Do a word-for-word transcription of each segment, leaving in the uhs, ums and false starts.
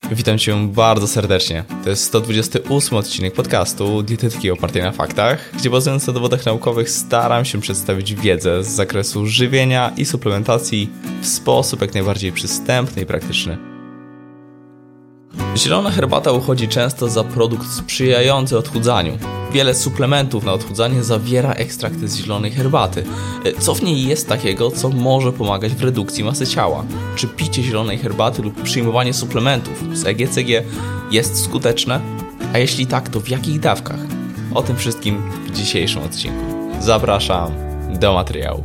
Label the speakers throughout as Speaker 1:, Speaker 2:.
Speaker 1: Witam Cię bardzo serdecznie. To jest sto dwudziesty ósmy odcinek podcastu Dietetyki opartej na faktach, gdzie bazując na dowodach naukowych staram się przedstawić wiedzę z zakresu żywienia i suplementacji w sposób jak najbardziej przystępny i praktyczny. Zielona herbata uchodzi często za produkt sprzyjający odchudzaniu. Wiele suplementów na odchudzanie zawiera ekstrakty z zielonej herbaty. Co w niej jest takiego, co może pomagać w redukcji masy ciała? Czy picie zielonej herbaty lub przyjmowanie suplementów z E G C G jest skuteczne? A jeśli tak, to w jakich dawkach? O tym wszystkim w dzisiejszym odcinku. Zapraszam do materiału.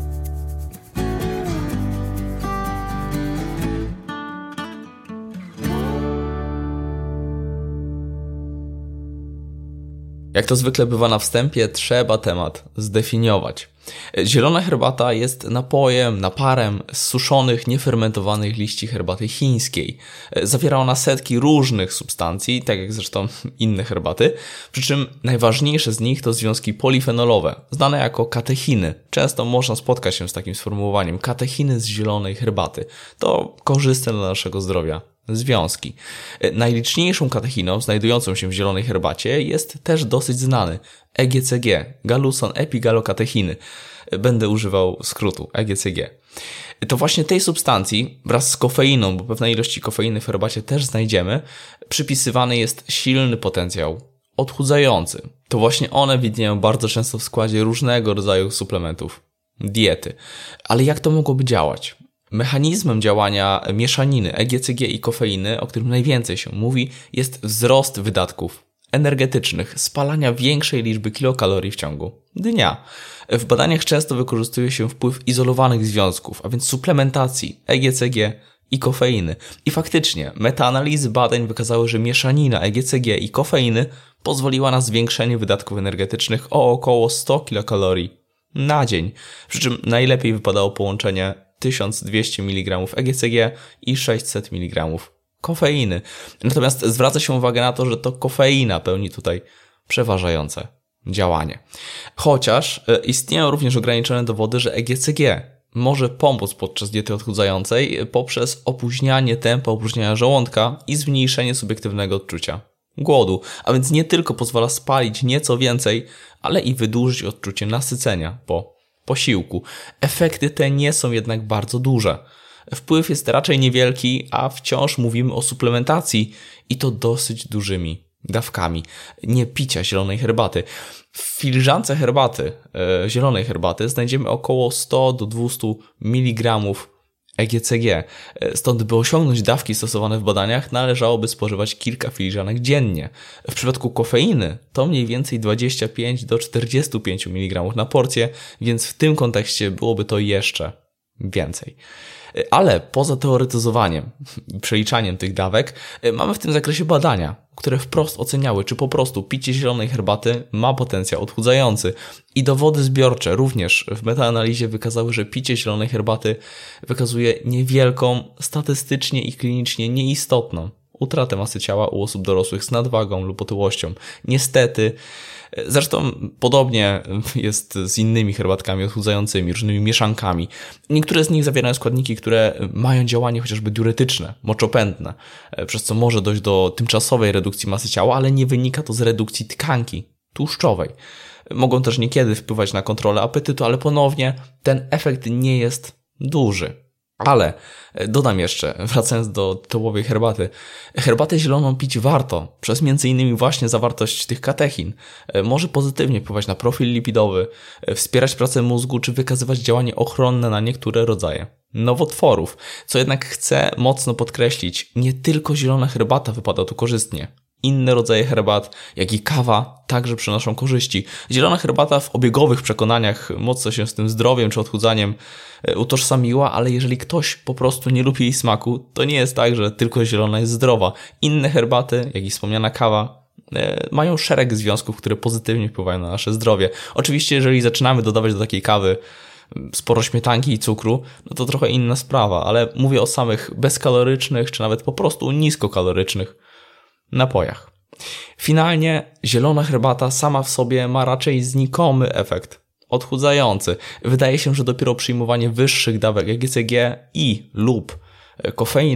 Speaker 1: Jak to zwykle bywa na wstępie, trzeba temat zdefiniować. Zielona herbata jest napojem, naparem z suszonych, niefermentowanych liści herbaty chińskiej. Zawiera ona setki różnych substancji, tak jak zresztą inne herbaty, przy czym najważniejsze z nich to związki polifenolowe, znane jako katechiny. Często można spotkać się z takim sformułowaniem katechiny z zielonej herbaty. To korzystne dla naszego zdrowia związki. Najliczniejszą katechiną znajdującą się w zielonej herbacie jest też dosyć znany E G C G, Galluson epigallokatechiny. Będę używał skrótu E G C G. To właśnie tej substancji wraz z kofeiną, bo pewne ilości kofeiny w herbacie też znajdziemy, przypisywany jest silny potencjał odchudzający. To właśnie one widnieją bardzo często w składzie różnego rodzaju suplementów, diety. Ale jak to mogłoby działać? Mechanizmem działania mieszaniny E G C G i kofeiny, o którym najwięcej się mówi, jest wzrost wydatków energetycznych, spalania większej liczby kilokalorii w ciągu dnia. W badaniach często wykorzystuje się wpływ izolowanych związków, a więc suplementacji E G C G i kofeiny. I faktycznie metaanalizy badań wykazały, że mieszanina E G C G i kofeiny pozwoliła na zwiększenie wydatków energetycznych o około sto kilokalorii na dzień. Przy czym najlepiej wypadało połączenie tysiąc dwieście miligramów E G C G i sześćset miligramów kofeiny. Natomiast zwraca się uwagę na to, że to kofeina pełni tutaj przeważające działanie. Chociaż istnieją również ograniczone dowody, że E G C G może pomóc podczas diety odchudzającej poprzez opóźnianie tempa opróżniania żołądka i zmniejszenie subiektywnego odczucia głodu. A więc nie tylko pozwala spalić nieco więcej, ale i wydłużyć odczucie nasycenia po posiłku. Efekty te nie są jednak bardzo duże. Wpływ jest raczej niewielki, a wciąż mówimy o suplementacji i to dosyć dużymi dawkami. Nie picia zielonej herbaty. W filiżance herbaty, e, zielonej herbaty znajdziemy około sto do dwustu miligramów E G C G. Stąd, by osiągnąć dawki stosowane w badaniach, należałoby spożywać kilka filiżanek dziennie. W przypadku kofeiny to mniej więcej dwadzieścia pięć do czterdziestu pięciu miligramów na porcję, więc w tym kontekście byłoby to jeszcze więcej. Ale poza teoretyzowaniem i przeliczaniem tych dawek, mamy w tym zakresie badania, które wprost oceniały, czy po prostu picie zielonej herbaty ma potencjał odchudzający. I dowody zbiorcze również w metaanalizie wykazały, że picie zielonej herbaty wykazuje niewielką, statystycznie i klinicznie nieistotną utratę masy ciała u osób dorosłych z nadwagą lub otyłością. Niestety, zresztą podobnie jest z innymi herbatkami odchudzającymi, różnymi mieszankami. Niektóre z nich zawierają składniki, które mają działanie chociażby diuretyczne, moczopędne, przez co może dojść do tymczasowej redukcji masy ciała, ale nie wynika to z redukcji tkanki tłuszczowej. Mogą też niekiedy wpływać na kontrolę apetytu, ale ponownie ten efekt nie jest duży. Ale dodam jeszcze, wracając do tytułowej herbaty, herbatę zieloną pić warto przez między innymi właśnie zawartość tych katechin. Może pozytywnie wpływać na profil lipidowy, wspierać pracę mózgu czy wykazywać działanie ochronne na niektóre rodzaje nowotworów. Co jednak chcę mocno podkreślić, nie tylko zielona herbata wypada tu korzystnie. Inne rodzaje herbat, jak i kawa, także przynoszą korzyści. Zielona herbata w obiegowych przekonaniach mocno się z tym zdrowiem czy odchudzaniem utożsamiła, ale jeżeli ktoś po prostu nie lubi jej smaku, to nie jest tak, że tylko zielona jest zdrowa. Inne herbaty, jak i wspomniana kawa, mają szereg związków, które pozytywnie wpływają na nasze zdrowie. Oczywiście, jeżeli zaczynamy dodawać do takiej kawy sporo śmietanki i cukru, no to trochę inna sprawa, ale mówię o samych bezkalorycznych, czy nawet po prostu niskokalorycznych napojach. Finalnie zielona herbata sama w sobie ma raczej znikomy efekt odchudzający. Wydaje się, że dopiero przyjmowanie wyższych dawek E G C G i lub kofeiny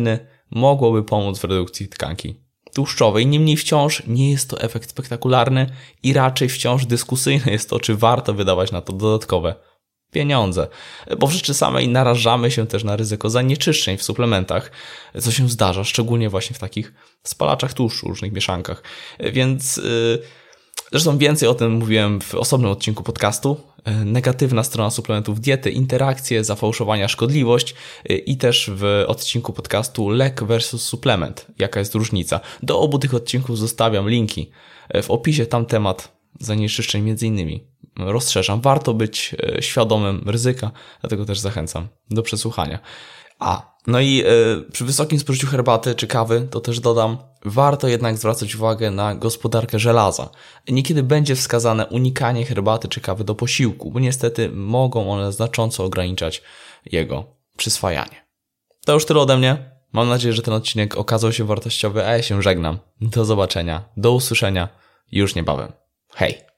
Speaker 1: mogłoby pomóc w redukcji tkanki tłuszczowej. Niemniej wciąż nie jest to efekt spektakularny i raczej wciąż dyskusyjne jest to, czy warto wydawać na to dodatkowe pieniądze. Bo w rzeczy samej narażamy się też na ryzyko zanieczyszczeń w suplementach, co się zdarza, szczególnie właśnie w takich spalaczach tłuszczu, różnych mieszankach. Więc yy, zresztą więcej o tym mówiłem w osobnym odcinku podcastu. Negatywna strona suplementów diety, interakcje, zafałszowania, szkodliwość i też w odcinku podcastu lek versus suplement. Jaka jest różnica? Do obu tych odcinków zostawiam linki. W opisie tam temat zanieczyszczeń między innymi rozszerzam. Warto być świadomym ryzyka, dlatego też zachęcam do przesłuchania. A, no i y, przy wysokim spożyciu herbaty czy kawy, to też dodam, warto jednak zwracać uwagę na gospodarkę żelaza. Niekiedy będzie wskazane unikanie herbaty czy kawy do posiłku, bo niestety mogą one znacząco ograniczać jego przyswajanie. To już tyle ode mnie. Mam nadzieję, że ten odcinek okazał się wartościowy, a ja się żegnam. Do zobaczenia, do usłyszenia już niebawem. Hej!